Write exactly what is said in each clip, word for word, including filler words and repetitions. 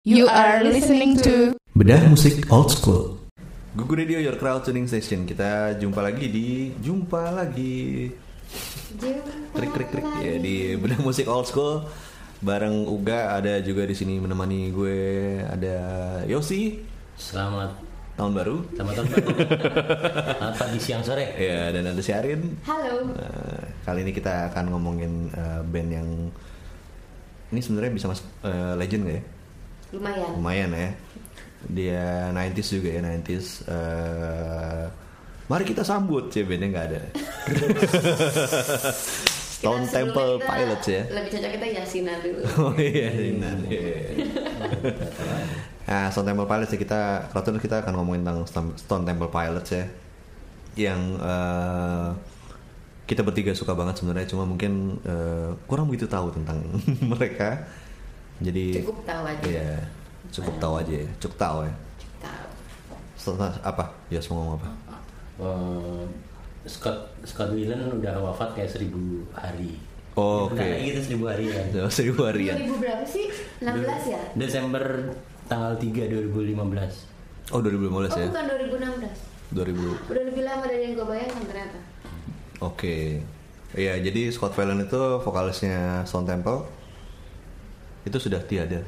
You are listening to Bedah Musik Old School. Gugu Radio, your crowd tuning station. Kita jumpa lagi di Jumpa lagi Trik trik trik ya di Bedah Musik Old School. Bareng Uga ada juga di sini menemani gue, ada Yosi. Selamat tahun baru. Selamat tahun baru. Selamat pagi, siang, sore. Ya, dan ada si Arin. Halo. Nah, kali ini kita akan ngomongin uh, band yang ini sebenarnya bisa masuk uh, legend gak ya? Lumayan. Lumayan ya. Dia sembilan puluhan juga ya, sembilan puluhan. Uh, mari kita sambut, ya bandnya nggak ada. Stone Temple Pilots ya. Lebih cocok kita Yasina dulu. Oh iya, Yasina. Nah, Stone Temple Pilots ya, kita kalau kita akan ngomongin tentang Stone Temple Pilots ya. Yang uh, kita bertiga suka banget sebenarnya, cuma mungkin uh, kurang begitu tahu tentang mereka. Jadi cukup tahu aja. Iya, cukup tahu aja ya. Cukup tahu ya. Tahu. Apa? Ya, mau ngomong apa? Uh, Scott Scott Weiland udah wafat kayak seribu hari. Oh, oke. Okay. Gitu seribu hari kan. seribu harian. dua ribu berapa sih? enam belas ya? Desember tanggal tiga dua ribu lima belas. Oh, dua ribu lima belas oh, ya. Bukan dua ribu enam belas. dua ribu. Udah lebih lama dari yang gue bayangkan ternyata. Oke. Okay. Iya, jadi Scott Weiland itu vokalisnya Stone Temple. Itu sudah tiada.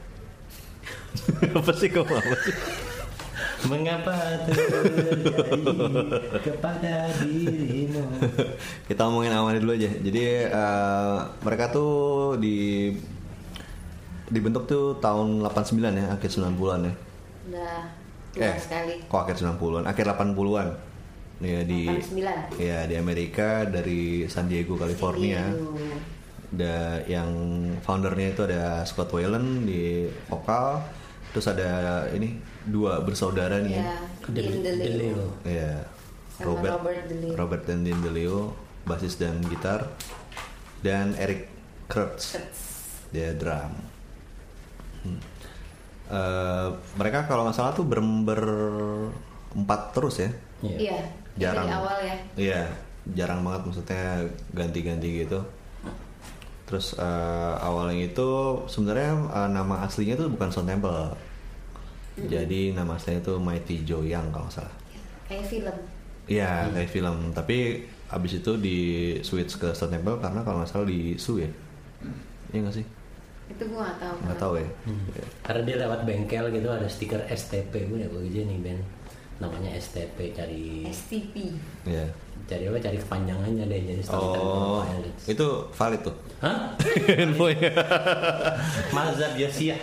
Apa sih kau apa sih? Mengapa terjadi kepada dirimu? Kita ngomongin awalnya dulu aja. Jadi uh, mereka tuh di dibentuk tuh tahun delapan puluh sembilan ya, akhir sembilan puluhan ya. Udah tua eh, sekali. Kok akhir sembilan puluhan? Akhir delapan puluhan. Ya di delapan puluh sembilan. Ya di Amerika, dari San Diego, California. San Diego. Ada yang foundernya itu ada Scott Weiland di vokal, terus ada ini dua bersaudara nih ya, Dean DeLeo. ya Robert Robert DeLeo. Robert dan Dean DeLeo, basis dan gitar, dan Eric Kurtz dia drum. Hmm. Uh, mereka kalau nggak salah tuh ber berempat terus ya. Iya. Yeah. Jarang. Dari awal ya. Iya, jarang banget, maksudnya ganti-ganti gitu. Terus uh, awalnya itu sebenarnya uh, nama aslinya itu bukan Stone Temple. Mm-hmm. Jadi nama aslinya itu Mighty Joe Young kalau nggak salah. Kayak film. Iya, hmm. kayak film. Tapi abis itu di switch ke Stone Temple karena kalau nggak salah di sue ya. Iya nggak sih? Itu gue nggak tahu. Nggak tahu ya. Hmm. Ya. Karena dia lewat bengkel gitu ada stiker S T P, gue ya gue aja nih band namanya S T P, cari S T P. Iya. Cari apa? Cari kepanjangannya deh, jadi Stone Temple Oh, Pilots. itu valid tuh. Hah? Infonya. Mazhab Yasiyah.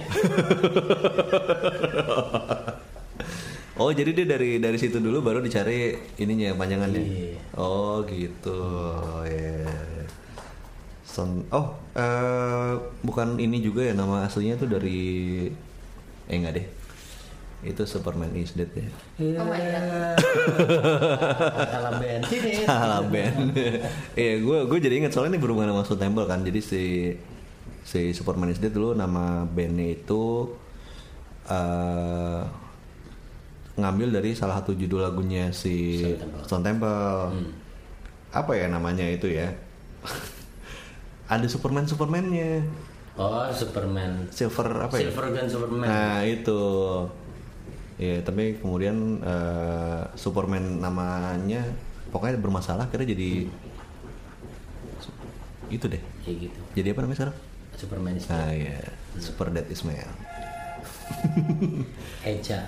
Oh, jadi dia dari dari situ dulu baru dicari ininya panjangannya. Iya. Oh, gitu. Ya. Yeah. Son Oh, uh, bukan ini juga ya, nama aslinya tuh dari eh enggak deh. Itu Superman is Dead ya. Oh my god. Salah band. Salah band. Iya, gue gue jadi ingat soalnya ini berhubungan sama Stone Temple kan. Jadi si si Superman is Dead dulu nama bandnya itu uh, ngambil dari salah satu judul lagunya si Stone Temple. Stone Temple. Hmm. Apa ya namanya itu ya? Ada Superman Supermannya. Oh, Superman. Silver apa ya? Silver Gun Superman. Nah itu. Ya, tapi kemudian uh, Superman namanya pokoknya bermasalah, akhirnya jadi hmm. itu deh. Kayak gitu. Jadi apa namanya sekarang? Superman is Ah Dead. ya, hmm. Super Dead Ismail. Eja.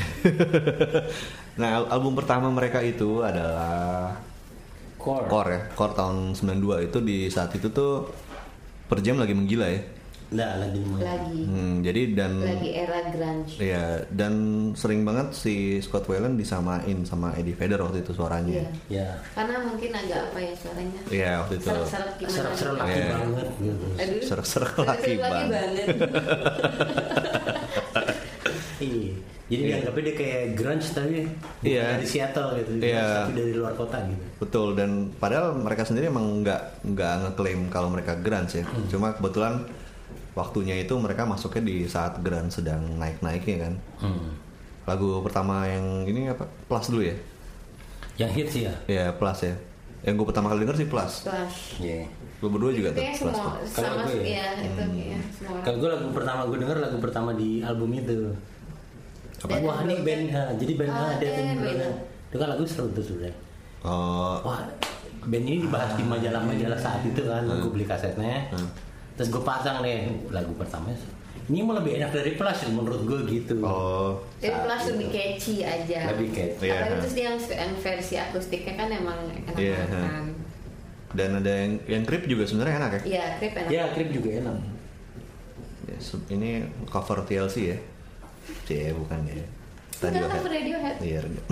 Nah, album pertama mereka itu adalah Core. Core ya, Core tahun sembilan puluh dua. Itu di saat itu tuh per jam lagi menggila ya. Nggak, lagi Lagi. Hmm, jadi dan Lagi era grunge. Iya, dan sering banget si Scott Weiland disamain sama Eddie Vedder waktu itu suaranya. Iya. Ya. Karena mungkin agak apa ya suaranya? Iya, waktu itu. Serak-serak gimana? Serak-serak laki Yeah. banget gitu. Aduh. Serak-serak Serak-serak laki banget. banget. Iya. Jadi Iya. dianggapnya dia kayak grunge tapi bukan Iya. dari Seattle gitu. Iya. Tapi dari luar kota gitu. Betul, dan padahal mereka sendiri emang nggak nggak ngeklaim kalau mereka grunge ya. Hmm. Cuma kebetulan waktunya itu mereka masuknya di saat grunge sedang naik-naiknya kan. Hmm. Lagu pertama yang ini apa? Plus dulu ya? Yang hits ya. Ya, Plus ya. Yang gue pertama kali denger sih Plus. Plus. Iya. Lu berdua juga tuh Kayaknya Plus. semua tuh. Kalau sama gue sih ya. ya itu kayaknya semua orang. Kalau gue lagu pertama gue denger lagu pertama di album itu. Apa? Wah ini band, ha, jadi band Oh, ha, dia eh, band band. band. Itu kan lagu seru tuh sebenarnya. Oh, Wah band ini dibahas di majalah-majalah saat itu kan, gue beli kasetnya. Hmm. Terus gue pasang deh lagu pertamanya. Ini mau lebih enak dari Plus menurut gue gitu. oh, Jadi Saat Plus itu. lebih catchy aja. Lebih catchy. Iya. Apalagi terus dia yang, yang versi akustiknya kan emang enak Iya, banget ha. kan. dan ada yang yang Creep juga sebenarnya enak ya. Iya, Creep enak. Ya Creep juga enak. Ya, se- ini cover T L C ya. Cie, bukan ya. Enggak cover Radiohead. Iya. Radio-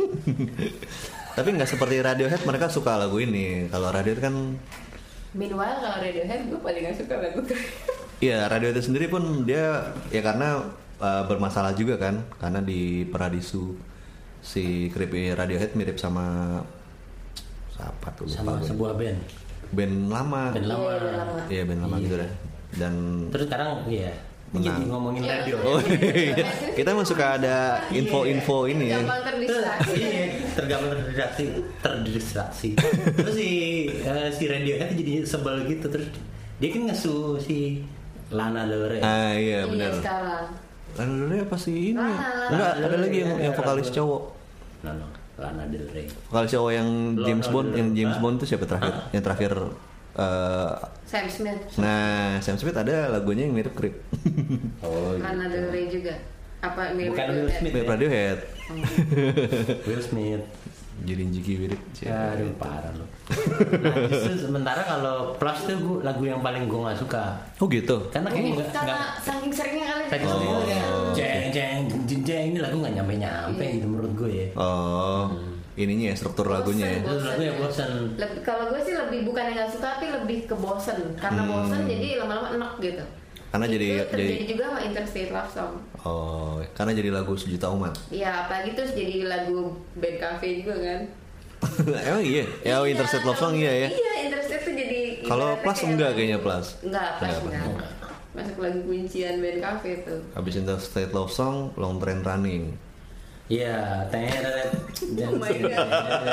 Tapi nggak seperti Radiohead, mereka suka lagu ini. Kalau Radiohead kan, Meanwhile kalau Radiohead gue paling gak suka lagu Creep. iya Radiohead itu sendiri pun dia ya karena uh, bermasalah juga kan, karena di Paradisu si Creep Radiohead mirip sama siapa tuh lupa Sama gue. sebuah band. Band lama. Band lama. Iya, band lama. Iya band lama Iya. gitu deh. Dan Terus sekarang ya Menang. jadi ngomongin Iya. radio. oh iya, kita emang suka ada info-info ini ya. Gampang terdistraksi. Iya, tergambar terdistraksi, terdistraksi. Terus si eh, si Radiohead jadi sebel gitu terus dia kan ngesu si Lana Del Rey. Ah iya Iya benar. sekarang. Lalu dulu apa sih ini? Lana, Lana. Enggak, ada lagi yang, Lana, yang vokalis Lana. cowok. No, no, Lana Del Rey. Vokalis cowok yang Lana James Bond, Del yang Rey. James Hah? Bond itu siapa terakhir? Hah? Yang terakhir eh, Sam Smith. nah, Sam Smith ada lagunya yang mirip Creep. Oh, Lana Del Rey juga. Apa mirip Bukan Will Radiohead? Smith. Mirip Radiohead. Will Smith. Jadi Jiki mirip. Aduh parah loh. Nah justru sementara kalau Plus tuh gua, lagu yang paling gue nggak suka Oh gitu. karena kayaknya nggak Karena nggak saking seringnya kali. sakit Oh. sendiri kayak jeng jeng jeng jeng ini lagu nggak nyampe nyampe gitu menurut gue ya. Oh, ininya ya struktur lagunya ya. Terus lagu yang bosan. Lebih, kalau gue sih lebih bukan yang gak suka tapi lebih ke bosen. Karena Hmm. bosen jadi lama-lama enak gitu. Karena Itu jadi- terjadi jadi- juga sama Interstate Love Song. Oh, karena jadi lagu sejuta umat. Iya, apalagi terus jadi lagu band cafe juga kan. Emang iya? Ya, oh, Interstate Love Song iya ya. Iya, Interstate tuh jadi Kalau ibaratnya Plus kayak enggak lagu- kayaknya Plus. Enggak, Plus Enggak, enggak. enggak. Masuk lagu kuncian band cafe tuh. Habis Interstate Love Song, Long Train Running. Iya, teret dan Oh my God.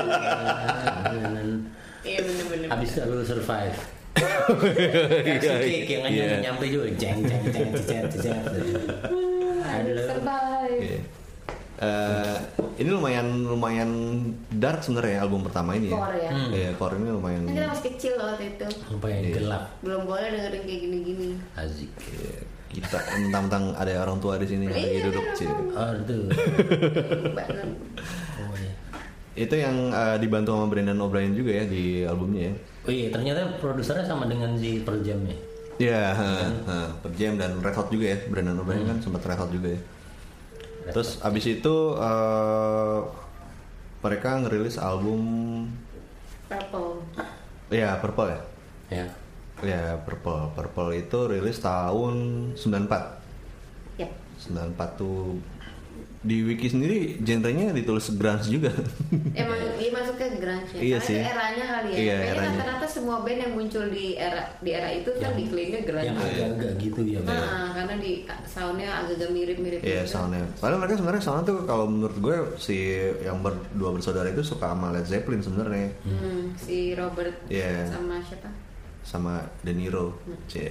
Iya bener-bener. habis itu I Will Survive. Iya, Kasih kick yang nggak iya. nyampe nyampe juga, jeng jeng jeng cecet cecet. Aduh. Survive. Iya. Eh, ini lumayan lumayan dark sebenarnya album pertama ini ya. Core ya. Hmm. Iya, core ini lumayan. Kan kita masih kecil loh waktu itu. Sampai yang Iya. gelap, Belum boleh dengerin kayak gini-gini. asik. Iya, kita mentang-mentang ada orang tua di sini yang lagi Iya, duduk ada sih. orang Aduh. Banget. Oh, iya. Itu yang eh, dibantu sama Brendan O'Brien juga ya di albumnya ya. Oh iya, ternyata produsernya sama dengan si Pearl Jam ya. Iya, ha, ha, Per Jam dan Red Hot juga ya. Brendan O'Brien kan sempat Red Hot juga ya. Red Terus abis itu eh, mereka ngerilis album Purple. ya Purple ya. Ya. Ya Purple. Purple itu rilis tahun sembilan puluh empat. Yap. sembilan puluh empat tuh di wiki sendiri genrenya ditulis grunge juga. Emang dia masuk ke grunge ya. Iya Karena sih. itu eranya kali ya. Iya, Kayaknya eranya. rata-rata semua band yang muncul di era di era itu kan Yang- diklaimnya grunge. Yang agak-agak gitu ya, Bang. Nah, karena di soundnya agak-agak mirip-mirip. Iya gitu. soundnya. Padahal mereka sebenarnya soundnya tuh kalau menurut gue si yang berdua bersaudara itu suka sama Led Zeppelin sebenarnya. Hmm, si Robert Iya. sama siapa? Sama De Niro. Cie.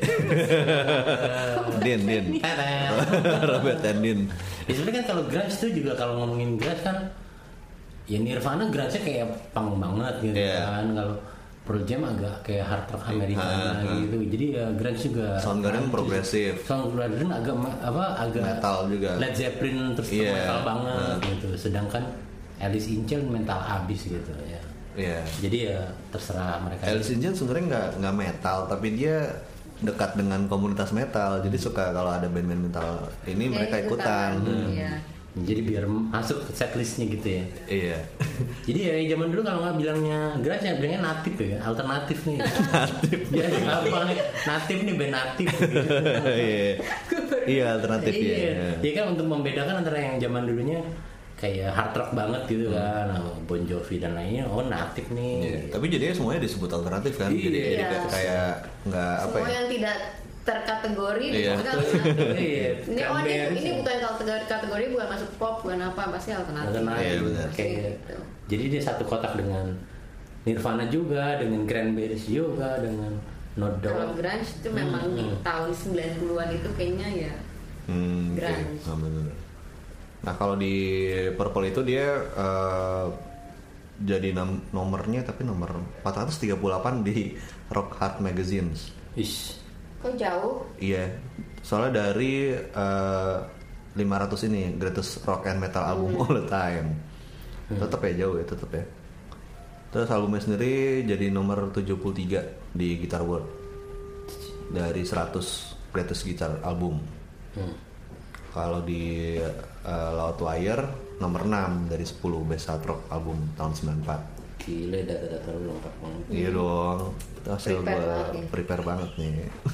Din Din. Teret. Robert and Din. Ya sebenarnya kan kalau grunge itu juga kalau ngomongin grunge kan ya Nirvana grunge-nya kayak punk banget gitu Iya. kan. Kalau Pearl Jam agak kayak hard rock Amerika Ah, ah. gitu. Jadi ya grunge juga Soundgarden grunge. progresif. Soundgarden agak ma- apa agak Metal juga. Led Zeppelin terus Iya. metal banget Ah. gitu. Sedangkan Alice in Chains mental abis gitu ya. Iya. Jadi ya terserah mereka. Alice in Chains sebenarnya nggak nggak metal, tapi dia dekat dengan komunitas metal. Jadi suka kalau ada band-band metal ini Ya, mereka ikutan. Hmm. Iya. Jadi biar masuk ke setlistnya gitu ya. Iya. Jadi ya zaman dulu kalau nggak bilangnya grunge ya bilangnya natif ya, alternatif nih. Natif. Ya apa nih? Natif nih band natif. Gitu. Iya. Iya alternatif ya. Iya. Ya kan untuk membedakan antara yang zaman dulunya kayak hard rock banget gitu kan, Bon Jovi dan lainnya, oh natif nih. Iya. Tapi jadinya semuanya disebut alternatif kan. Jadi, Iya. jadi kayak- kayak nggak apa Semua ya. yang tidak terkategori Iya. disebutnya Iya. alternatif. Ini oh ini, Cranberries ini ya. bukan kategori kategori bukan masuk pop bukan apa pasti alternatif. Alternatif. Iya, benar. Kayak Gitu. jadi dia satu kotak dengan Nirvana juga, dengan Cranberries juga, dengan No Kalau Doubt. grunge itu memang Hmm. di tahun sembilan puluhan itu kayaknya ya Hmm, oke. grunge. Ah, bener. Nah kalau di Purple itu dia eh, jadi nom- nomornya tapi nomor empat ratus tiga puluh delapan di Rock Hard Magazines. Ish. Kok jauh? Iya, soalnya dari eh, lima ratus ini greatest rock and metal album all the time. Tetap ya jauh ya, tetap ya. Terus albumnya sendiri jadi nomor tujuh puluh tiga di Guitar World dari seratus greatest guitar album. Hmm. Kalau di uh, Loudwire nomor enam dari sepuluh best hard rock album tahun sembilan puluh empat. Gila, data-data lu lengkap banget. Iya dong, itu hasil Prepare gue banget nih. prepare banget nih.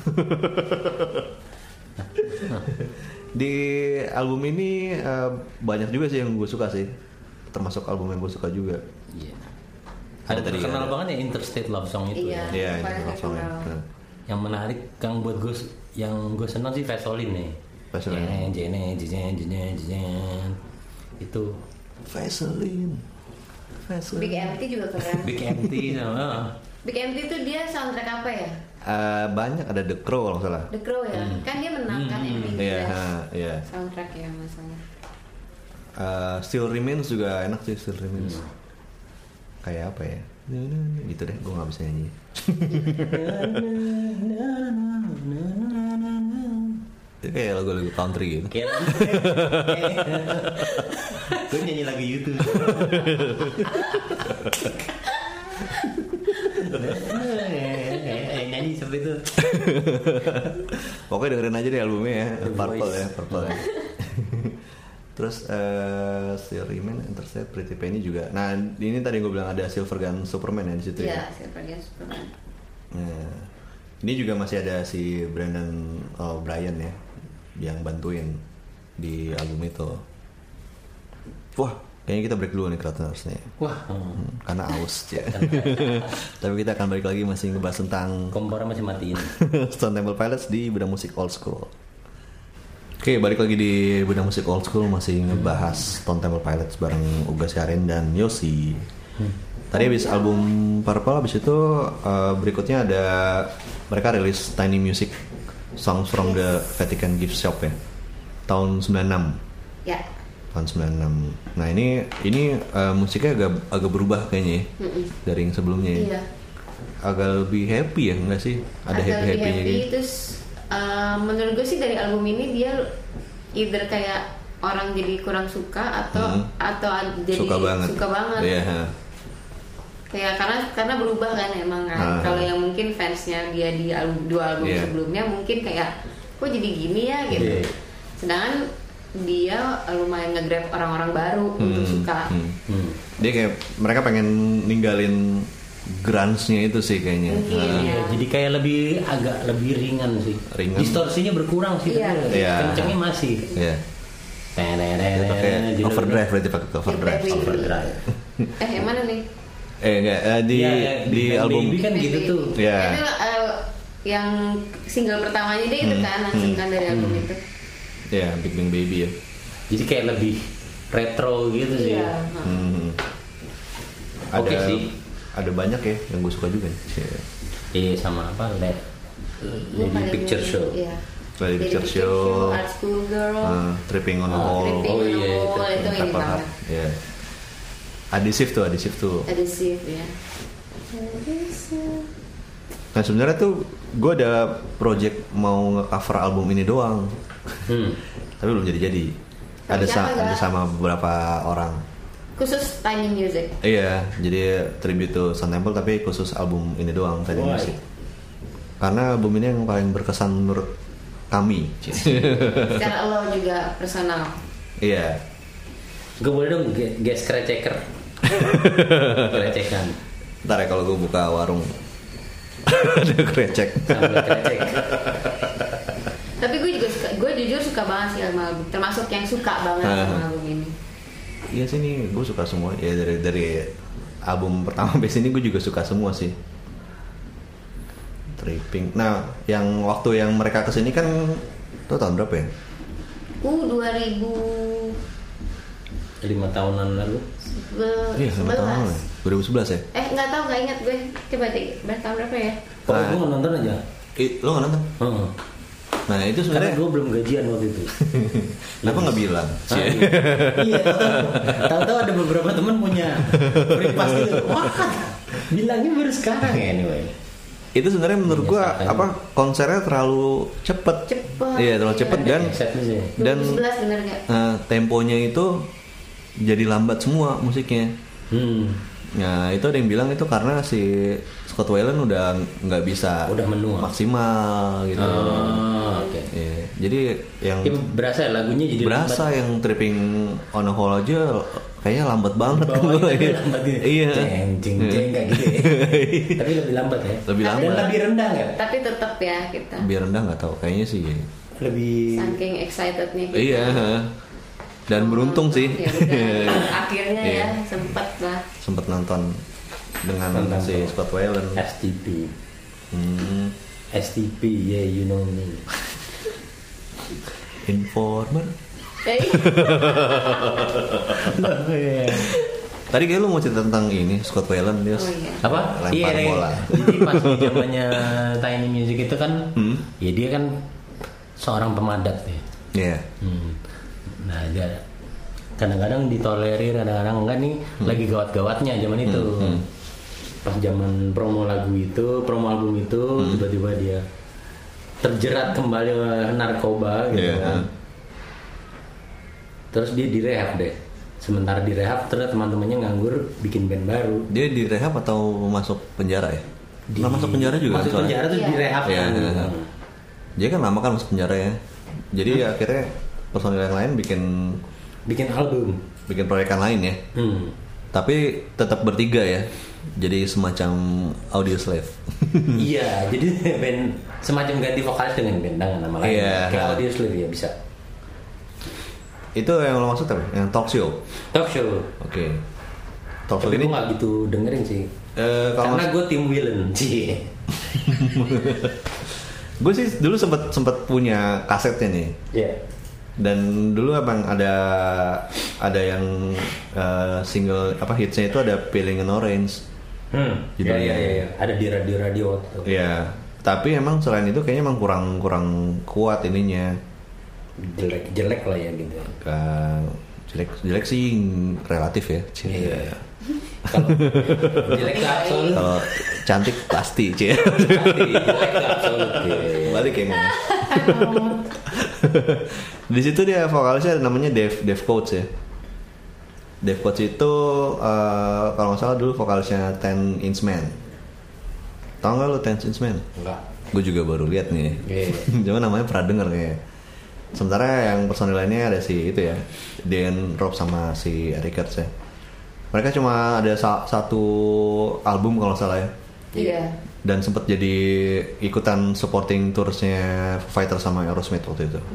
Di album ini uh, banyak juga sih yang gue suka sih, termasuk album yang gue suka juga. Iya. Ada Yang tadi terkenal ada. banget ya Interstate Love Song itu. Iya. Ya. Iya, ini paling rock songnya. terkenal. Bener. Yang menarik Kang buat gue, yang gue senang sih Vaseline nih. Vaseline. Jene, jene, jene, jene, jene. Itu Vaseline, Vaseline. Big Empty juga keren. Big Empty sama. Big Empty itu dia soundtrack apa ya? Uh, banyak ada The Crow kalau nggak salah. The Crow ya? Kan dia menang kan Hmm. Emmy Iya, Best ha, iya. soundtrack ya masalah. Uh, Still Remains juga enak sih, Still Remains. Hmm. Kayak apa ya? Gitu deh, gue nggak bisa nyanyi. Itu kayak lagu-lagu country gitu. Kayak gue nyanyi lagu YouTube. Nyanyi seperti itu. Pokoknya dengerin aja deh albumnya ya, The Purple Voice. ya, Purple ya. Terus uh, Still Remain, Interstate, Pretty Penny juga. Nah ini tadi gue bilang ada Silver Gun Superman ya di situ Iya, ya. Silver Gun Superman. Nah, ini juga masih ada si Brandon O'Brien ya yang bantuin di album itu. Wah, kayaknya kita break dulu nih Kratoners nih. Wah, Hmm, karena aus ya. Tapi kita akan balik lagi masih ngebahas tentang kompornya masih matiin. Stone Temple Pilots di Bedah Musik Old School. Oke, balik lagi di Bedah Musik Old School masih ngebahas Stone Temple Pilots bareng Uga Syarin dan Yosi. Tadi habis album Purple, habis itu uh, berikutnya ada mereka rilis Tiny Music Songs from the Vatican Gift Shop ya. Tahun sembilan puluh enam. Ya. Tahun sembilan puluh enam. Nah, ini ini uh, musiknya agak agak berubah kayaknya ya, Mm-mm. dari yang sebelumnya ya. Iya. Agak lebih happy ya, enggak sih? Ada Agak lebih happy-happynya happy, gitu. terus uh, menurut gue sih dari album ini dia either kayak orang jadi kurang suka atau Hmm. atau ad- jadi Suka banget. suka banget. Iya, ha. Kayak karena karena berubah kan emang kan. Ah. Kalau yang mungkin fansnya dia di album dua album Iya. sebelumnya mungkin kayak kok jadi gini ya gitu. Iya. Sedangkan dia lumayan nge-grab orang-orang baru untuk Hmm, suka. hmm. Hmm. Dia kayak mereka pengen ninggalin grunge-nya itu sih kayaknya. Mungkin, Nah, ya. Ya, jadi kayak lebih agak lebih ringan sih. Ringan. Distorsinya berkurang sih. Iya. tapi Iya. Kencengnya masih. Iya. Dia pakai Jadi overdrive berarti pakai overdrive. Overdrive. Overdrive. Eh yang mana nih? Eh enggak, eh, di Iya, iya, di Big Bang album Baby kan gitu tuh. Iya. Itu uh, yang single pertamanya dia itu Hmm, kan langsung hmm. kan dari album Hmm. itu. ya Big Bang Baby ya. Jadi kayak lebih retro gitu sih. Iya. Hmm. Ada Oke sih. ada banyak ya yang gue suka juga nih. Iya. Iya sama apa? Led. Gua Jadi paling- picture show. Iya. Lady Lady Picture Show, Art School Girl. uh, Tripping on a Oh, Wall, Tripping Oh, on a iya, Wall, itu. itu ini Purple Heart. banget. Ya. Adhesive tuh, adhesive tuh. Adhesive ya. Adhesive. Nah sebenarnya tuh gue ada project mau nge-cover album ini doang, Hmm. tapi belum jadi-jadi. Sama Ada sa- siapa, ada Gak? sama beberapa orang. Khusus Tiny Music. Iya, jadi tribute to Sun Temple tapi khusus album ini doang tadi Why? musik. Karena album ini yang paling berkesan menurut kami. Secara lo juga personal. Iya. Gue boleh dong ge- guest kreceker. Krecekan. Ntar ya kalau gue buka warung ada krecek. Sambil krecek. Tapi gue juga suka, gue jujur suka banget sih sama album. Termasuk yang suka banget sama Ah. album ini. Iya sih nih, gue suka semua. Ya dari dari album pertama sampai sini gue juga suka semua sih. Tripping. Nah, yang waktu yang mereka kesini kan, tuh tahun berapa ya? Uh dua ribu lima tahunan lalu. Iya, lima tahun ya. dua ribu sebelas ya? Eh, nggak tahu, nggak ingat gue. Coba deh, berapa tahun berapa ya? Kalau gue nggak nonton aja. Eh, lo nggak nonton? Hmm. Nah itu Karena sebenarnya gue belum gajian waktu itu. kenapa nggak bilang? Ah, iya, iya tahu-tahu, tahu-tahu ada beberapa teman punya free pass gitu. Wah, bilangnya baru sekarang ya anyway. Itu sebenarnya menurut Iya, gua sekarang. apa konsernya terlalu cepet. Cepet. Iya terlalu cepet dan Setnya dan dua ribu sebelas bener nggak? eh, temponya itu jadi lambat semua musiknya. Hmm. Nah itu ada yang bilang itu karena si Scott Weiland udah nggak bisa Udah menua. maksimal gitu. Oh, oke. Iya, jadi yang Ya, berasa ya, lagunya jadi berasa lambat. yang tripping on a hole aja kayaknya lambat banget kan Bawahnya gua. tapi lambat gitu. Iya. Jeng jeng jeng kayak gitu ya. Tapi lebih lambat ya. Lebih Dan lambat. lebih rendah nggak? Tapi tetap ya kita. Biar rendah nggak tahu kayaknya sih. Lebih. Saking excitednya kita. Iya. Dan beruntung sih. Ya udah, akhirnya Iya. ya sempat lah. Sempet nonton dengan Nonton si tuh. Scott Weiland. S T P. Hmm. S T P, yeah you know me. Informer. Eh, Tadi kayak lu mau cerita tentang ini Scott Weiland dia. Oh, iya. Apa? Lempar Iya, bola. jadi pas di zamannya Tiny Music itu kan, Hmm. ya dia kan seorang pemadat ya. Iya. Hmm. Nah, dia kadang-kadang ditolerir, kadang-kadang enggak nih. Lagi gawat-gawatnya zaman itu. Hmm. Pas zaman promo lagu itu, promo album itu, Hmm. tiba-tiba dia terjerat kembali oleh narkoba gitu Iya. kan. Terus dia direhab deh. Sementara direhab, terus teman-temannya nganggur bikin band baru. Dia direhab atau masuk penjara ya? Di- Nggak masuk penjara juga Masuk kan soalnya? penjara tuh Iya. direhab Iya, kan. iya, iya. Dia kan lama kan masuk penjara ya. Jadi akhirnya personil yang lain bikin Bikin album. bikin proyekan lain ya. Hmm. Tapi tetap bertiga ya. Jadi semacam audio slave. Iya, jadi band semacam ganti vokalis dengan band dengan nama lain. Iya. Kayak Audio Slave ya bisa. Itu yang lo maksud apa? Yang talk show. Talk show. Oke. Talk show Tapi ini gue gak gitu dengerin sih. eh, kalau Karena gue tim Willen sih. gue sih dulu sempat sempat punya kasetnya nih. Iya. Dan dulu emang ada ada yang eh, single apa hitsnya itu ada Feeling an Orange. Hmm. Iya, Judulnya. iya, iya. Ada di radio-radio waktu itu. Iya. Tapi emang selain itu kayaknya emang kurang kurang kuat ininya. Jelek-jelek lah ya gitu. Kan jelek jelek sih relatif ya. Iya. Kalau jelek ke absolut. Kalau cantik pasti, Cie. Pasti jelek ke absolut. Iya. Balik ya Mas. Di situ dia vokalisnya namanya Dave Dave Coates ya. Dave Coates itu eh, kalau nggak salah dulu vokalisnya Ten Inch Man. Tahu nggak lu Ten Inch Man? Enggak. Gue juga baru lihat nih. Iya. Cuma namanya pernah denger kayak. Sementara yang personil lainnya ada si itu ya, Dan Rob sama si Eric Kurtz ya. Mereka cuma ada sa- satu album kalau nggak salah ya. Iya. Dan sempat jadi ikutan supporting toursnya Foo Fighters sama Aerosmith waktu itu.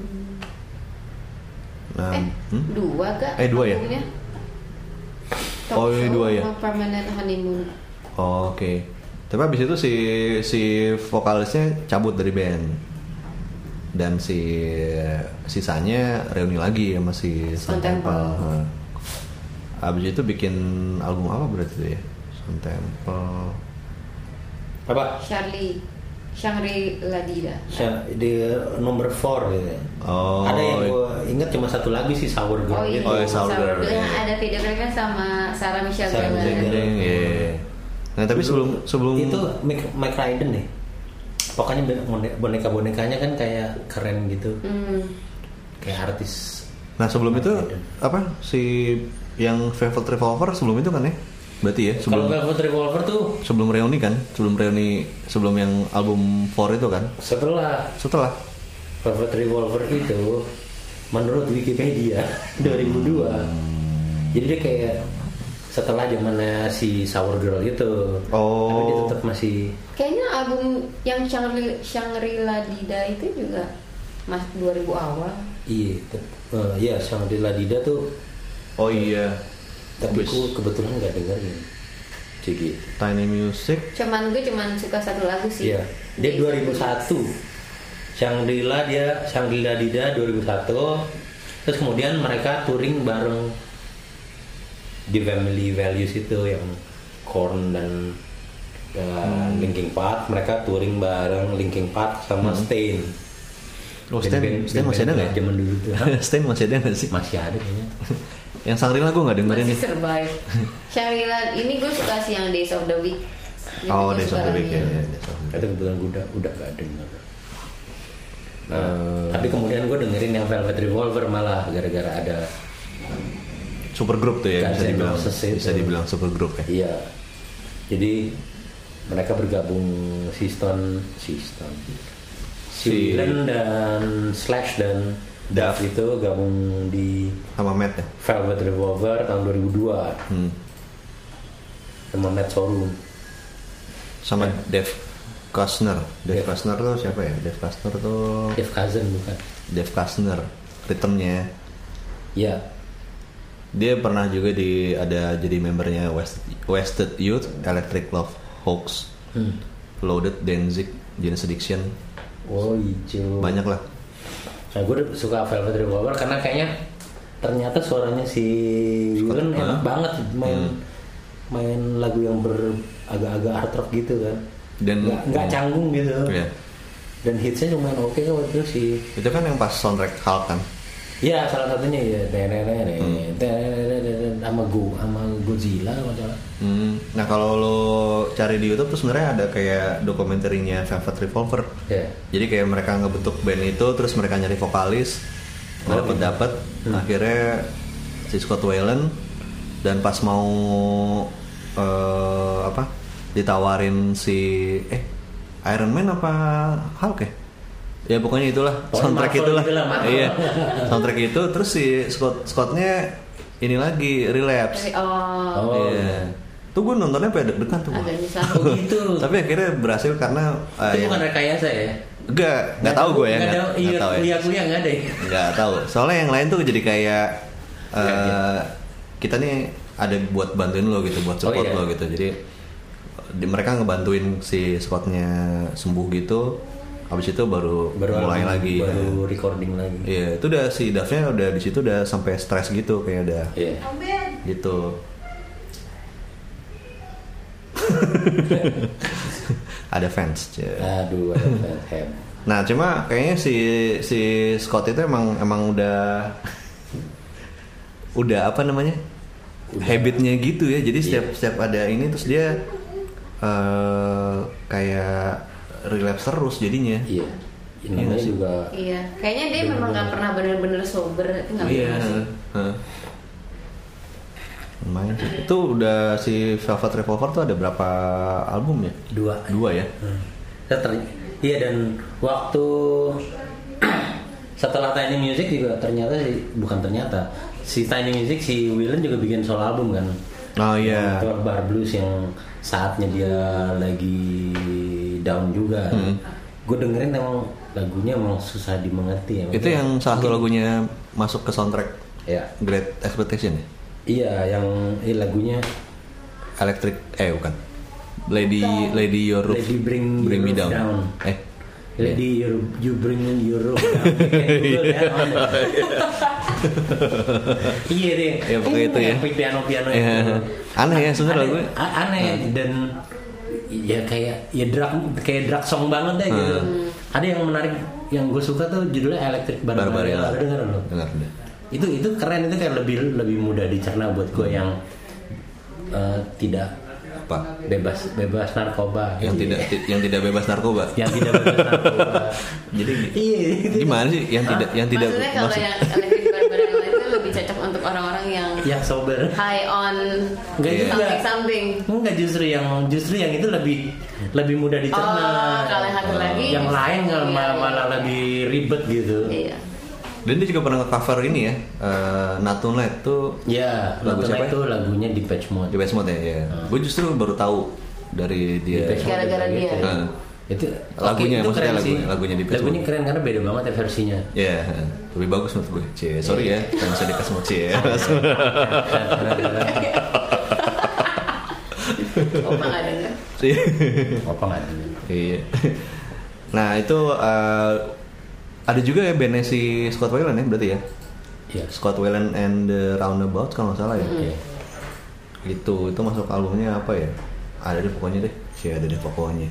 Nah, Eh, hmm? dua gak? Eh, dua ya? albumnya? Oh, Talk iya, Show dua ya? sama Permanent Honeymoon. Oh, oke. Tapi habis itu si si vokalisnya cabut dari band. Dan si sisanya reuni lagi sama si Stone Stone Temple. Temple. Nah. Habis itu bikin album apa berarti itu ya? Stone Temple. Apa? Charlie Shangri-La Dida. Sa- Di nomor empat gitu. Oh. Ada yang gue inget cuma satu lagi sih Sour Girl Oh iya, gitu. Oh, iya, Sour Girl, Yang iya. ada video klipnya sama Sarah Michelle Sarah Gellar. Michelle Gellar. Iya. Nah, tapi sebelum sebelum Itu Mike, Mike Ryden deh. Pokoknya boneka-bonekanya kan kayak keren gitu. Hmm. Kayak artis. Nah, sebelum itu apa si yang Velvet Revolver sebelum itu kan ya? Berarti ya, Kalau sebelum Velvet Revolver tuh sebelum reuni kan? Sebelum reuni sebelum yang album empat itu kan? setelah Setelah. Velvet Revolver itu menurut Wikipedia dua ribu dua. Jadi dia kayak setelah zamannya si Sour Girl gitu. Oh. Tapi dia tetap masih Kayaknya album yang Shangri- Shangri-La Dida itu juga mas dua ribu awal. iya, te- eh, iya Shangri-La Dida tuh. Oh iya. Tapi Wis. aku kebetulan nggak dengerin. Jadi, Tiny Music. Cuman gue cuman suka satu lagu sih. iya. Dia dua ribu satu. Shangri-La dia Shangri-La Dida dua ribu satu. Terus kemudian mereka touring bareng di family values itu yang Korn dan uh, hmm. Linkin Park, mereka touring bareng Linkin Park sama hmm. Stain. Oh, Stain, band, Stain masih ada nggak? Zaman dulu tuh. Stain masih ada nggak sih? Masih ada kayaknya. Yang Shangri-La gue nggak dengerin nih. Masih survive. Shangri-La ini gue suka sih yang Days of the Week. Gitu, oh, Days of the Week ya. ya Itu kebetulan gue udah udah gak denger. Nah, uh, tapi kemudian gue dengerin yang Velvet Revolver malah gara-gara ada super group tuh ya, bisa dibilang bisa dibilang super group ya. Iya. Jadi mereka bergabung si Stone, si Stone, si Willen dan Slash dan Duff itu gabung di sama Matt ya. Velvet Revolver tahun dua ribu dua. Hmm. Sama Matt Sorum. Sama ya. Dave Kushner. Dave yeah. Kushner tuh siapa ya? Dave Kushner tuh Dave Cousin bukan? Dave Kushner, ritmenya. Iya. Dia pernah juga di ada jadi membernya West, Wasted Youth, Electric Love Hoax, hmm. Loaded, Danzig, Jane's Addiction. Oh hijau. Banyak lah. Nah gue suka Velvet Revolver karena kayaknya ternyata suaranya si Willen enak banget main hmm. main lagu yang ber agak-agak hard rock gitu kan. Dan nggak, nggak canggung gitu. Iya. Dan hitsnya lumayan oke okay, waktu itu sih. Itu kan yang pas soundtrack Hulk kan? Iya salah satunya ya. Hmm. Sama Go, sama Godzilla masalah. Hmm. Nah kalau lo cari di YouTube tuh sebenarnya ada kayak dokumenterinya Velvet Revolver. Yeah. Jadi kayak mereka ngebentuk band itu, terus mereka nyari vokalis, nggak dapet dapet. Hmm. Akhirnya si Scott Weiland dan pas mau uh, apa? ditawarin si eh Iron Man apa Hulk ya? Ya pokoknya itulah oh, soundtrack itulah. Iya. Soundtrack itu terus si Scott Scottnya ini lagi relapse. Oh. Iya. Tuh gue nontonnya pada deg-degan tuh. Agak nyesal. Oh gitu. Tapi akhirnya berhasil karena uh, itu bukan rekayasa ya? Enggak, enggak tahu gue ya. Enggak tahu. Iya, kuliah-kuliah enggak ada. Enggak tahu. Soalnya yang lain tuh jadi kayak uh, kita nih ada buat bantuin lo gitu, buat support oh, iya. lo gitu. Jadi di, mereka ngebantuin si Scottnya sembuh gitu, habis itu baru, baru mulai lagi, baru ya. recording lagi. Iya, itu udah si Duffnya udah di situ udah sampai stres gitu kayak udah, yeah. gitu. Ada fans, cie. Aduh, ada fans. Nah, cuma kayaknya si si Scott itu emang emang udah udah apa namanya udah. habitnya gitu ya. Jadi setiap yeah. setiap ada ini terus dia Uh, kayak relapse terus jadinya. Iya. Ini iya, juga. Iya. Kayaknya dia memang nggak pernah benar-benar sober, itu nggak iya. sih. Huh. Lumayan sih. Itu udah si Velvet Revolver tuh ada berapa album ya? Dua. Dua ya. Hmm. Ter- iya dan waktu setelah Tiny Music juga ternyata sih bukan ternyata si Tiny Music si Willen juga bikin solo album kan. Oh iya. Yeah. Bar Blues yang saatnya dia lagi down juga. Hmm. Gue dengerin emang lagunya emang susah dimengerti ya. Itu yang salah satu lagunya masuk ke soundtrack ya. Great Expectation ya? Iya, yang eh, lagunya Electric eh bukan. Lady Lady Your Roof Lady Bring, bring Me Down. down. Eh Lady yeah. You Bring Your Roof Down. Iya deh. Ya pokoknya itu ya. Piano-piano ya. itu. Aneh ya sebenarnya lagu. Aneh dan ya kayak ya drag kayak drag song banget deh hmm. gitu. Ada yang menarik yang gue suka tuh judulnya Electric Barbarian. Dengar lo? Dengar deh. Itu itu keren, itu kayak lebih lebih mudah dicerna buat gue yang uh, tidak apa bebas bebas narkoba yang gitu. tidak yang tidak bebas narkoba yang tidak bebas narkoba jadi iya gimana sih yang Hah? tidak yang tidak maksudnya kalau maksud... yang Electric Barbarian itu lebih cocok untuk orang-orang yang yang sober high on enggak yeah. juga something something enggak justru yang justru yang itu lebih lebih mudah dicerna oh, kalau yang satu lagi yang lain nggak iya, malah, malah lebih ribet gitu iya. Dan dia juga pernah nge-cover ini ya, uh, Not Tonight tuh. Ya, lagu siapa? Itu lagunya Depeche Mode. Depeche Mode ya. ya. Hmm. Gue justru baru tahu dari dia. Gara-gara dia. Gitu. Uh. Itu lagunya, okay, itu maksudnya lagunya, sih. lagunya Depeche Mode. Lagunya keren karena beda banget ya versinya. Iya, yeah, lebih bagus menurut gue. Cie, sorry yeah. ya, jangan bisa dikasih moci ya. Opa nggak denger. Opa nggak denger. Iya. Nah itu. Uh, ada juga ya bandnya si Scott Weiland ya berarti ya? Iya. Scott Weiland and the Roundabouts kalau nggak salah ya. Mm-hmm. Itu itu masuk albumnya apa ya? Ada deh pokoknya deh. Sih ada deh pokoknya.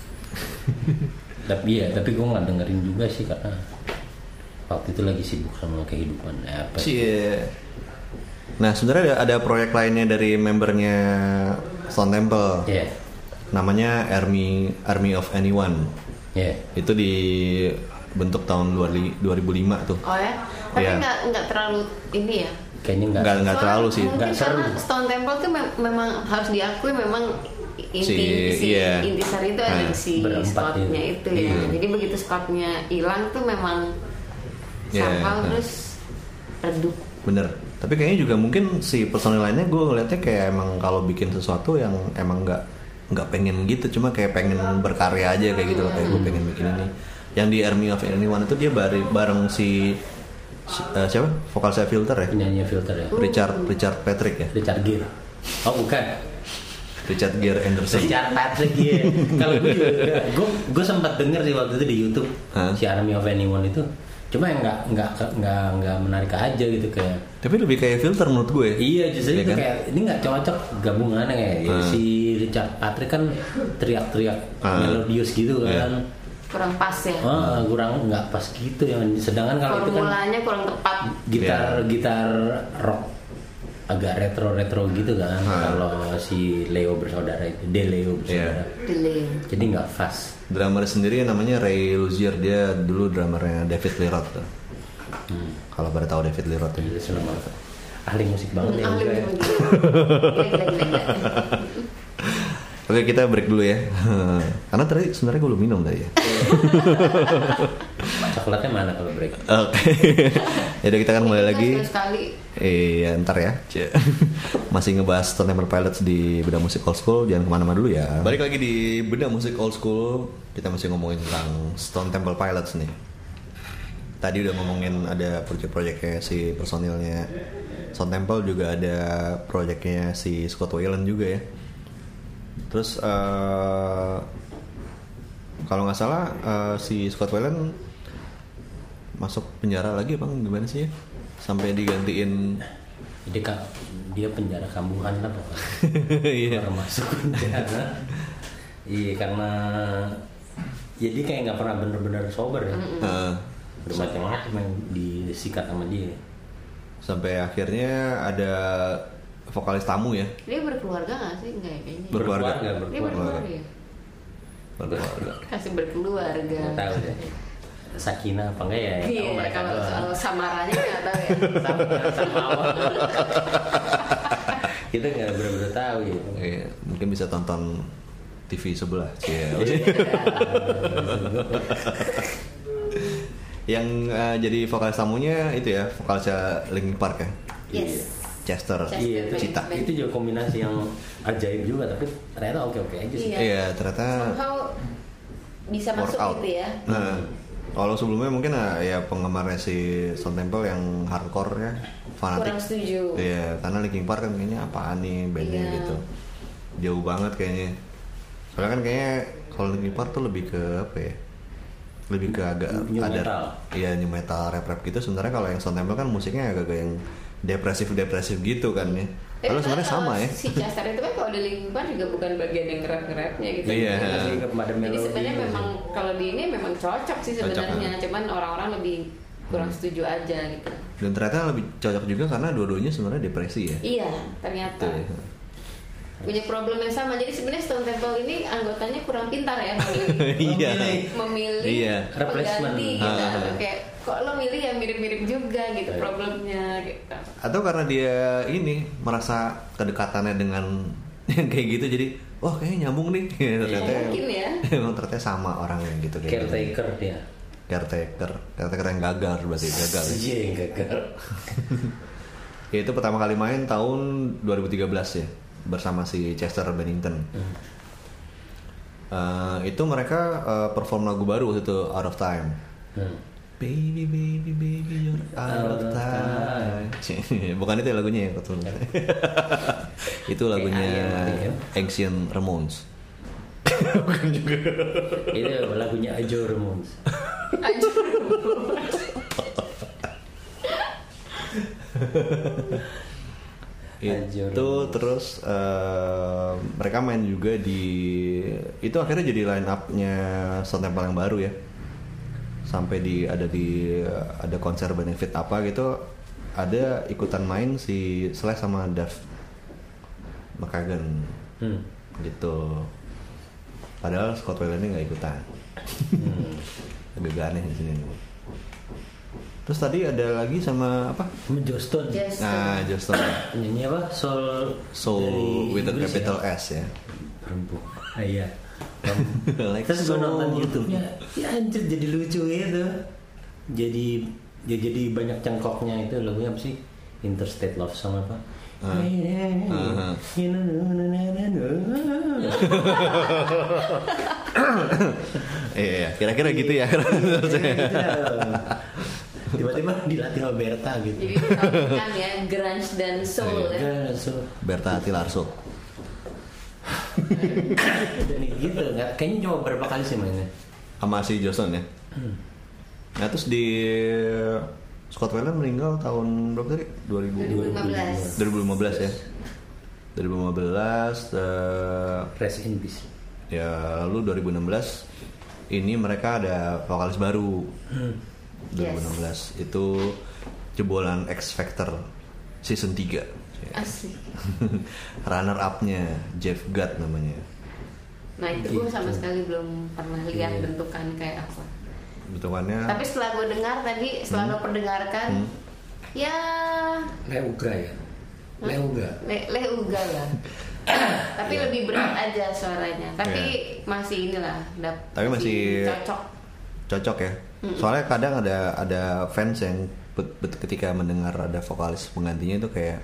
Tapi ya, tapi gue nggak dengerin juga sih karena waktu itu lagi sibuk sama kehidupan apa. Sih. Nah sebenarnya ada, ada proyek lainnya dari membernya Stone Temple. Iya. Yeah. Namanya Army Army of Anyone. Iya. Yeah. Itu dibentuk tahun dua ribu lima tuh. Oh ya? Tapi yeah. nggak nggak terlalu ini ya? Kayaknya nggak nggak nggak terlalu sih. Mungkin karena Stone Temple tuh me- memang harus diakui memang inti si, si yeah. intisari itu ada nah, si Scottnya itu ya. Yeah. Jadi begitu Scottnya hilang tuh memang yeah. somehow nah. terus redup. Bener. Tapi kayaknya juga mungkin si personil lainnya gue ngeliatnya kayak emang kalau bikin sesuatu yang emang nggak nggak pengen gitu, cuma kayak pengen berkarya aja kayak gitu. Hmm. Kayak gue pengen bikin ini. Yang di Army of Anyone itu dia bareng, bareng si Uh, siapa? Vokal saya Filter ya? Penyanyi Filter ya? Richard Richard Patrick ya? Richard Gere. Oh bukan. Richard Gere Anderson. Richard Patrick ya. Kalau gue juga, gue gue sempat denger sih waktu itu di YouTube huh? si Army of Anyone itu. Cuma yang nggak nggak nggak nggak menarik aja gitu kayak. Tapi lebih kayak Filter menurut gue. Iya justru ya itu kan? Kayak ini nggak cocok gabungannya kayak hmm. si Richard Patrick kan teriak-teriak hmm. melodius gitu kan. Yeah. Kurang pas ya. Oh, kurang nggak pas gitu ya. Sedangkan kalau itu kan formulanya kurang tepat. Gitar yeah. gitar rock agak retro-retro gitu kan. Hmm. Kalau si Leo bersaudara itu, De Leo bersaudara. Yeah. De Leo. Jadi nggak pas. Drummer sendiri namanya Ray Luzier, dia dulu drummernya David Lee Roth tuh. Hmm. Kalau pada tahu David Lee Roth itu selama ahli musik banget ya. Ahli musik. Oke kita break dulu ya. Karena tadi sebenarnya gue belum minum tadi ya. Coklatnya mana kalau break? Oke. Jadi kita kan mulai lagi. Iya ntar ya. Masih ngebahas Stone Temple Pilots di Bedah Musik Old School. Jangan kemana-mana dulu ya. Balik lagi di Bedah Musik Old School. Kita masih ngomongin tentang Stone Temple Pilots nih. Tadi udah ngomongin ada proyek-proyeknya si personilnya Stone Temple, juga ada proyeknya si Scott Weiland juga ya. Terus uh, kalau nggak salah uh, si Scott Weiland masuk penjara lagi bang, gimana sih ya? Sampai digantiin. Jadi kan dia penjara kambuhan lah pokoknya. Iya. Masuk penjara. Iya karena jadi kayak nggak pernah bener-bener sober ya. Uh, Bermacam-macam yang disikat sama dia. Sampai akhirnya ada vokalis tamu ya. Dia berkeluarga nggak sih? Enggak ya kayaknya. Berkeluarga. berkeluarga. Dia berkeluarga ya. Berkeluarga. Kasih berkeluarga. Nggak tahu deh. Sakinah apa enggak ya? Iya. Mereka kalau soal samaranya nggak tahu ya. Sama sama awal. Kita nggak benar-benar tahu ya. Iya, mungkin bisa tonton T V sebelah. Cie. Yang uh, jadi vokalis tamunya itu ya, vokalisnya Linkin Park ya. Yes. Chester, Chester iya, itu, Cita. Itu juga kombinasi yang ajaib juga, tapi ternyata oke-oke aja sih. Iya, iya ternyata somehow bisa masuk out. gitu ya. Nah, kalau sebelumnya mungkin ya penggemarnya si Stone Temple yang hardcore ya, fanatik. Kurang setuju. Iya, karena Linkin Park kan kayaknya apaan nih bandnya iya. gitu. Jauh banget kayaknya. Soalnya kan kayaknya kalau Linkin Park tuh lebih ke apa ya? Lebih ke agak new ada metal. Iya, new metal rap-rap gitu. Sebenarnya kalau yang Stone Temple kan musiknya agak-agak yang depresif-depresif gitu kan ya. Kalau sebenarnya sama ya. Si Chester itu kan kalau di Linkin Park juga bukan bagian yang nge-rap-nge-rapnya gitu. Iya. Jadi sebenarnya memang kalau di ini memang cocok sih sebenarnya, cuman orang-orang lebih kurang setuju aja gitu. Dan ternyata lebih cocok juga karena dua-duanya sebenarnya depresi ya. Iya, ternyata. Tuh. Punya problem yang sama. Jadi sebenarnya Stone Temple ini anggotanya kurang pintar ya memilih. Iya. Memilih iya. pengganti gitu. Kayak kok lo milih yang mirip-mirip juga gitu problemnya gitu. Atau karena dia ini merasa kedekatannya dengan yang kayak gitu jadi wah kayaknya nyambung nih. Ternyata mungkin ya. Emang ternyata sama orangnya gitu kayak caretaker gitu. Dia. Caretaker, caretaker yang gagal berarti gagal. Iya yang gagal. Ya, itu pertama kali main tahun dua ribu tiga belas ya bersama si Chester Bennington. Hmm. Uh, itu mereka uh, perform lagu baru waktu itu Out of Time. Hmm. Baby baby baby you're out of time. Bukan itu ya lagunya ya betul. Itu lagunya Ancient Ramones. Bukan juga. Itu lagunya Ajo Ramones. Ajo Ramones. itu terus uh, mereka main juga di itu akhirnya jadi line up-nya Stone Temple yang baru ya, sampai di ada di ada konser benefit apa gitu, ada ikutan main si Slash sama Duff McKagan hmm. gitu, padahal Scott Weiland nggak ikutan. hmm. Agak aneh di sini nih. Terus tadi ada lagi sama apa? Sama Joss Stone. Nah, Joss Stone. Ini apa? Soul. Soul with a capital ya? S ya. Perempuan. Ah, iya. Like terus gue nonton YouTube-nya, ya anjir jadi lucu gitu. Jadi ya jadi banyak cengkoknya itu lagunya apa sih? Interstate Love Song apa? Uh. Uh-huh. Iya, kira-kira gitu ya. Tiba-tiba dilatih sama Berta gitu. Jadi kan ya grunge dan soul ya. Berta Tilarso. Dan gitu, nggak kayaknya cuma berapa kali sih mainnya. Sama si Johnson ya. Hmm. Nah terus di Scott Weiland meninggal tahun berapa tadi? dua ribu lima belas dua ribu lima belas ya. dua ribu lima belas uh, Rest in Peace. Ya lalu dua ribu enam belas ini mereka ada vokalis baru. Hmm. dua ribu enam belas yes. Itu jebolan X Factor season tiga. Asik. Runner up-nya Jeff Gutt namanya. Nah itu gue sama sekali belum pernah lihat yeah. bentukan kayak apa. Bentukannya. Tapi setelah gue dengar tadi, setelah hmm. gue perdengarkan, hmm. ya. Leuga ya. Leuga. Le Leuga ya. Tapi yeah. lebih berat aja suaranya. Tapi yeah. masih inilah. Tapi masih cocok. Cocok ya. Mm-mm. Soalnya kadang ada ada fans yang bet- bet- ketika mendengar ada vokalis penggantinya itu kayak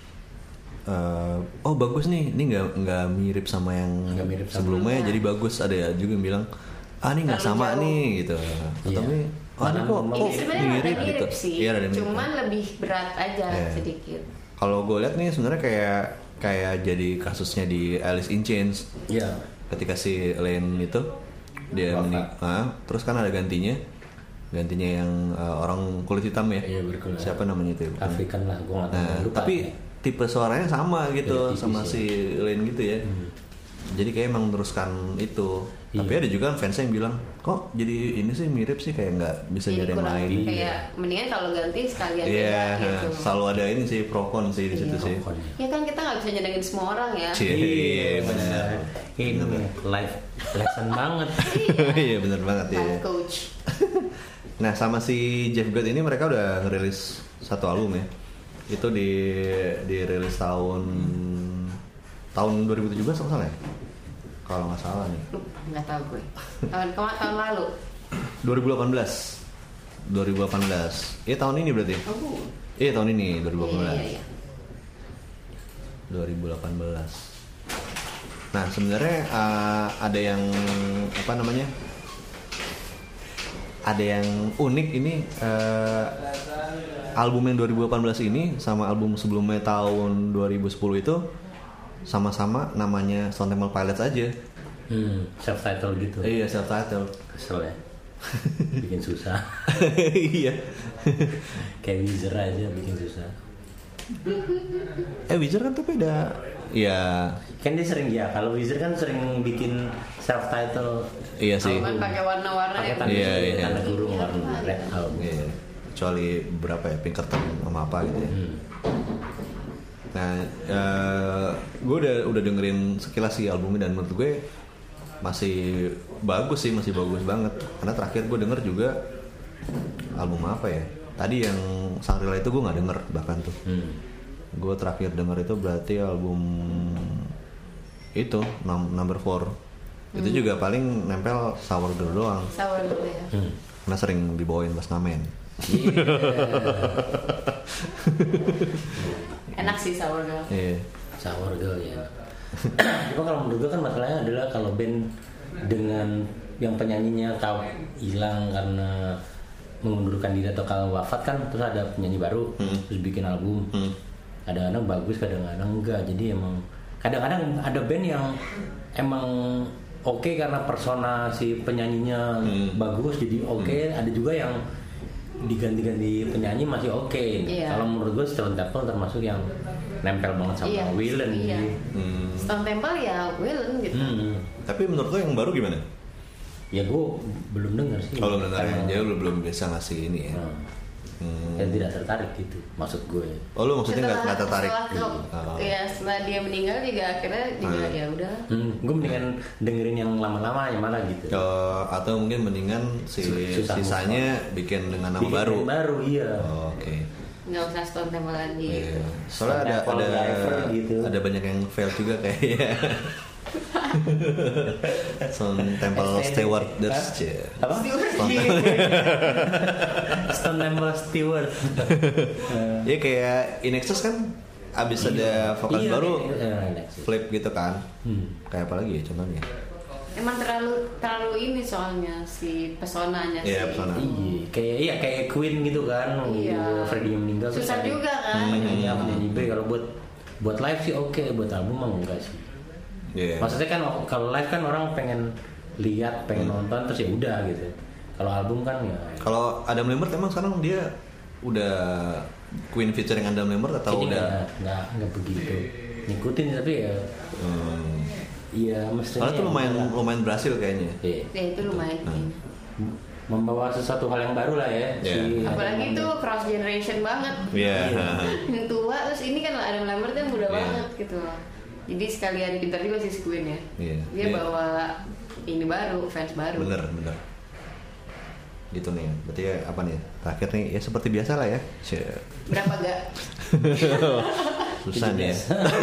uh, oh bagus nih, ini nggak nggak mirip sama yang mirip sebelumnya, sama jadi bagus. Ada juga yang bilang ah ini nggak sama jauh. Nih gitu. Atau yeah. nih oh ini kok ini sebenarnya mirip, mirip gitu. Sih, iya, cuman mirip. Lebih berat aja yeah. sedikit. Kalau gue lihat nih sebenarnya kayak kayak jadi kasusnya di Alice in Chains. Iya. Yeah. Ketika si Lane itu dia menik, ah, terus kan ada gantinya. Gantinya yang uh, orang kulit hitam ya. Iya, berkulit. Siapa namanya itu? Afrikan lah, gue nggak tahu. Nah, lupa. Tapi tipe suaranya sama gitu ya, sama ya. Si Lane gitu ya. Hmm. Jadi kayak emang meneruskan itu. Iya. Tapi ada juga fans yang bilang, kok jadi ini sih mirip sih kayak nggak bisa jadi yang lain. Kayak mendingan kalau ganti sekalian yeah, aja gitu. Selalu ada ini sih pro con sih di situ iya, sih. Ya kan kita nggak bisa nyenengin semua orang ya. Iya benar. Ini live lesson banget. Iya benar banget ya. Life coach. Nah sama si Jeff Gutt ini mereka udah ngerilis satu album ya. Itu di dirilis tahun hmm. tahun dua ribu tujuh belas kalau salah ya? Kalau nggak salah nih. Lupa, nggak tahu gue. Tahun kemarin tahun lalu. dua ribu delapan belas dua ribu delapan belas Iya tahun ini berarti. Oh. Iya tahun ini dua ribu delapan belas Iya, iya, iya. dua ribu delapan belas Nah sebenarnya uh, ada yang apa namanya? Ada yang unik ini uh, album yang dua ribu delapan belas ini sama album sebelumnya tahun dua ribu sepuluh itu sama-sama namanya Stone Temple Pilots aja. Hmm, self title gitu. Iya self title. Kesel ya. Bikin susah. Iya. Kayak Weezer aja bikin susah. Eh Weezer kan tuh beda. Iya. Kan dia sering ya. Kalau Weezer kan sering bikin self title. Iya sih. Kan pakai warna-warna ya. Pakai iya, iya. tanda burung warna red out. Iya. Kecuali berapa ya Pinkerton sama apa gitu ya. Hmm. Nah, uh, gue udah udah dengerin sekilas sih albumnya dan menurut gue masih bagus sih, masih bagus banget. Karena terakhir gue denger juga album apa ya? Tadi yang Shangri-La itu gue nggak denger bahkan tuh. Hmm. Gue terakhir denger itu berarti album itu number four. Hmm. Itu juga paling nempel Sour Girl doang. Sour Girl ya. Hmm. Karena sering dibawain pas ngamen. Yeah. Enak sih Sour Girl. Iya. Sour Girl ya. Cuma kalau menurut gue kan masalahnya adalah kalau band dengan yang penyanyinya kau hilang karena mengundurkan diri atau kalau wafat kan, terus ada penyanyi baru hmm. terus bikin album. Hmm. Kadang-kadang bagus, kadang-kadang enggak. Jadi emang kadang-kadang ada band yang emang oke okay karena persona si penyanyinya hmm. bagus jadi oke. Okay. Hmm. Ada juga yang diganti-ganti penyanyi masih oke. Okay. Yeah. Kalau menurut gue Stone Temple termasuk yang nempel banget sama yeah. Waylon. Iya. Hmm. Stone Temple ya Waylon gitu. Hmm. Tapi menurut lo yang baru gimana? Ya gue belum dengar sih. Kalau belum dengar ya, lo belum bisa ngasih ini ya. Hmm. Hmm. Ya tidak tertarik gitu maksud gue. Oh lu maksudnya nggak tertarik? Setelah, oh. Ya setelah dia meninggal juga akhirnya juga hmm. ya udah. Hmm, gue mendingan dengerin yang lama-lama yang mana gitu. Oh, atau mungkin mendingan si Susah sisanya musik. Bikin dengan nama bikin baru. Baru iya. Oh, oke. Okay. Nggak usah Stone Temple lagi. Yeah. Gitu. Soalnya ada ada driver, gitu. Ada banyak yang fail juga kayaknya. Stone Temple Stewardess aja. Apa? Stone Temple Steward. Ya kayak In Excess kan abis ada vokalis iya, baru iya, flip gitu kan. Hmm. Kayak apa lagi ya contohnya? Emang terlalu terlalu ini soalnya si pesonanya sih. Iya, pesona. Iya, kayak iya kayak Queen gitu kan. Iya. Freddie meninggal. Susah kan, juga kan. Penyanyi apa penyanyi B kalau buat buat live sih oke, okay. Buat album mah enggak sih. Yeah. Maksudnya kan kalau live kan orang pengen lihat, pengen hmm. nonton terus ya udah gitu. Kalau album kan ya. Kalau Adam Lambert emang sekarang dia udah Queen featuring Adam Lambert atau kayaknya udah? Nggak nggak begitu ngikutin tapi ya. Hmm. Iya mestinya. Karena itu lumayan ya, lumayan berhasil kayaknya. Iya ya, itu lumayan. Hmm. Membawa sesuatu hal yang baru lah ya. Yeah. Si apalagi itu cross generation banget. Iya. Yeah. Yang tua terus ini kan Adam Lambert yang muda yeah. banget gitu. Jadi sekalian pintar juga sih Queen ya. Yeah. Dia yeah. bawa ini baru, fans baru. Bener, bener. Gitu nih. Berarti ya apa nih? Terakhir nih ya seperti biasa lah ya. Berapa gak? Susah nih ya.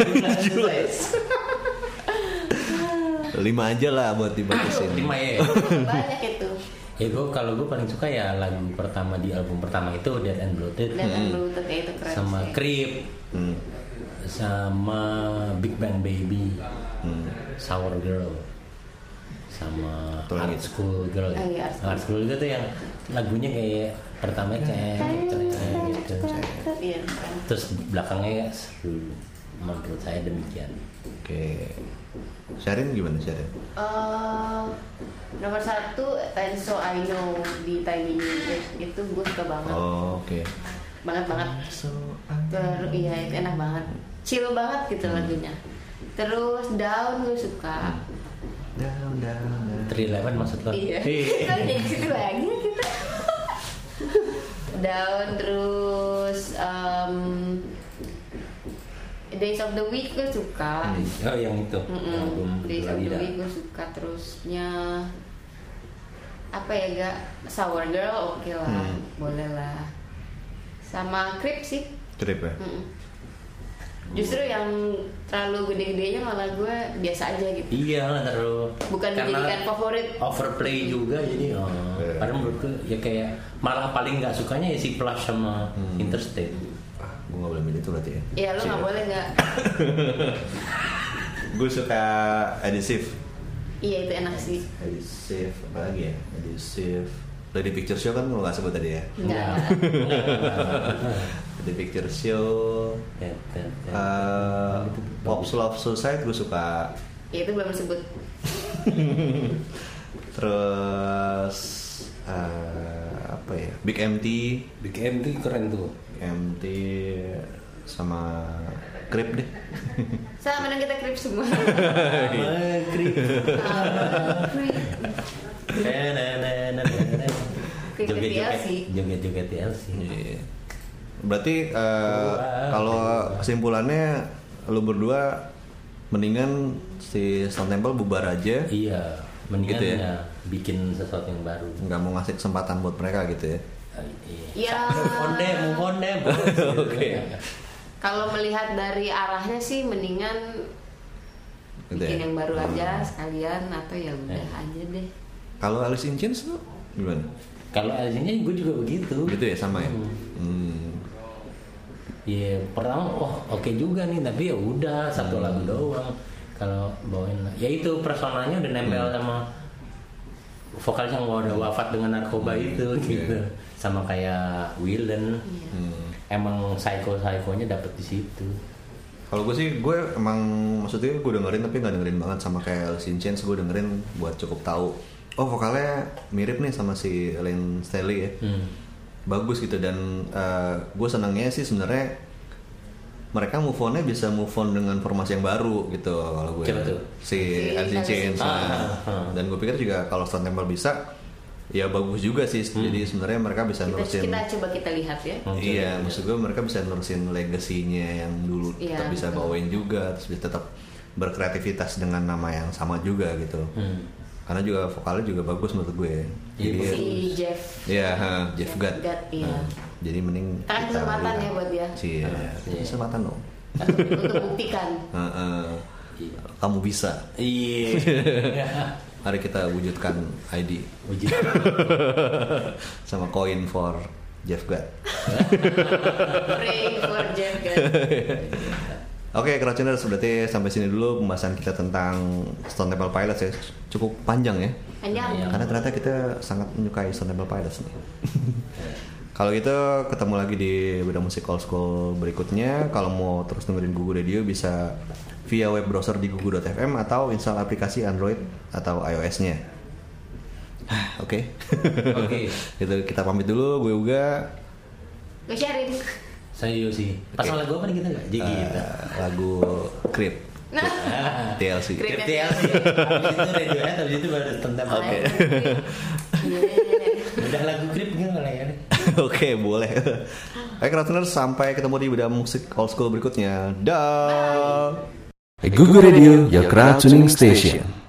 Lima aja lah buat dibatasin. Lima ya. Banyak itu. Ya gue kalau gue paling suka ya lagu pertama di album pertama itu Dead and Bloated. Dead and Bloated ya itu keren. Sama sih. Creep. Hmm. Sama Big Bang Baby, hmm. Sour Girl, sama Art School Girl. Oh, iya, Art School itu tuh yang lagunya kayak pertama cek cek gitu, iya. Terus belakangnya seru. Menurut saya demikian. Oke. Sharin gimana Sharin? Uh, nomor satu And So I Know di Tiny Music itu gue suka banget. Oh, oke. Okay. Banget banget. Terus iya itu enak banget. Chill banget gitu hmm. lagunya. Terus Down gue suka. Down down. Three Eleven maksud lo? Iya. Kita jadi situ lagi kita. Down terus um, Days of the Week gue suka. Oh yang itu. Mm-mm. Days of the Week gue suka terusnya apa ya gak Sour Girl oke okay lah, hmm. boleh lah. Sama Creep sih. Creep ya. Mm-mm. Justru yang terlalu gede-gedenya malah gue biasa aja gitu. Iya lah terlalu. Bukan dijadikan favorit. Overplay juga jadi. Oh. Yeah. Padahal menurutku ya kayak malah paling nggak sukanya ya si Plush sama hmm. Interstate. Ah, gue nggak boleh milih itu berarti ya. Iya lo nggak boleh nggak. Gue suka Adhesive. Iya itu enak sih. Adhesive apa lagi ya? Adhesive. Lady Picture Show kan lo nggak sebut tadi ya? Nggak. The Picture Show, uh, Pop's Love Suicide gue suka. Ya itu belum disebut. Terus uh, apa ya? Big M T. Big M T keren tuh. M T sama Creep deh. Sama dan kita Creep semua. Sama Creep. Joget-joget, joget-joget T L C. Berarti uh, kalau kesimpulannya lu berdua mendingan si Stone Temple bubar aja. Iya, mendingan gitu ya? Ya bikin sesuatu yang baru. Nggak mau ngasih kesempatan buat mereka gitu ya. Uh, iya. Move on deh, move on deh. Oke. Kalau melihat dari arahnya sih mendingan gitu bikin ya? Yang baru aja sekalian atau ya udah eh. aja deh. Kalau Alice in Chains lu gimana? Kalau Alice in Chains gue juga begitu. Gitu ya sama ya. Hmm. hmm. Ya pertama oh oke okay juga nih tapi ya udah satu hmm. lagu doang. Kalau bawain ya itu personanya udah nempel hmm. sama vokalis yang udah wafat dengan narkoba hmm. itu gitu. Yeah. Sama kayak Waylon. Yeah. Hmm. Emang psycho-psychonya dapet di situ. Kalau gue sih gue emang maksudnya gue dengerin tapi nggak dengerin banget sama kayak Alice in Chains. Gue dengerin buat cukup tahu oh vokalnya mirip nih sama si Elaine Staley ya. Hmm. bagus gitu dan uh, gue senangnya sih sebenarnya mereka move on-nya bisa move on dengan formasi yang baru gitu kalau gue. Si Alice in Chains. Ah, ah. Dan gue pikir juga kalau Stone Temple bisa ya bagus juga sih. Hmm. Jadi sebenarnya mereka bisa kita, nerusin. Kita coba kita lihat ya. Hmm. Iya, maksud gue mereka bisa nerusin legasinya yang dulu ya, tetap bisa bawain juga, terus bisa tetap berkreativitas dengan nama yang sama juga gitu. Hmm. Karena juga vokalnya juga bagus menurut gue. Jadi si Jeff. Iya, huh, Jeff Gad. Iya. Nah, jadi mending kan kesempatan ya buat dia. Iya, uh, kesempatan dong. Untuk buktikan. Uh, uh, kamu bisa. Iya. Mari kita wujudkan I D. Wujudkan. Sama koin for Jeff Gad. Praying for Jeff Gad. Oke, Crowdtuners, berarti sampai sini dulu pembahasan kita tentang Stone Temple Pilots ya. Cukup panjang ya. Panjang. Karena ternyata kita sangat menyukai Stone Temple Pilots nih. Kalau gitu ketemu lagi di Beda Musik Old School berikutnya. Kalau mau terus dengerin Gugu Radio bisa via web browser di gugu dot f m atau install aplikasi Android atau iOS-nya. Oke. Oke. Itu kita pamit dulu. Gue Uga. Gue Syarin. Saya Yosi. Pasang okay. lagu apa nih kita nggak? Jadi uh, lagu Creep. Nah. T L C. Creep T L C. Habis itu Radiohead, habis itu baru tentang. Oke. Udah lagu Creep gimana ya? Oke, boleh. Oke, Crowdtuners, sampai ketemu di Beda Musik Old School berikutnya. Dah. Gugu Radio, your crowd tuning station.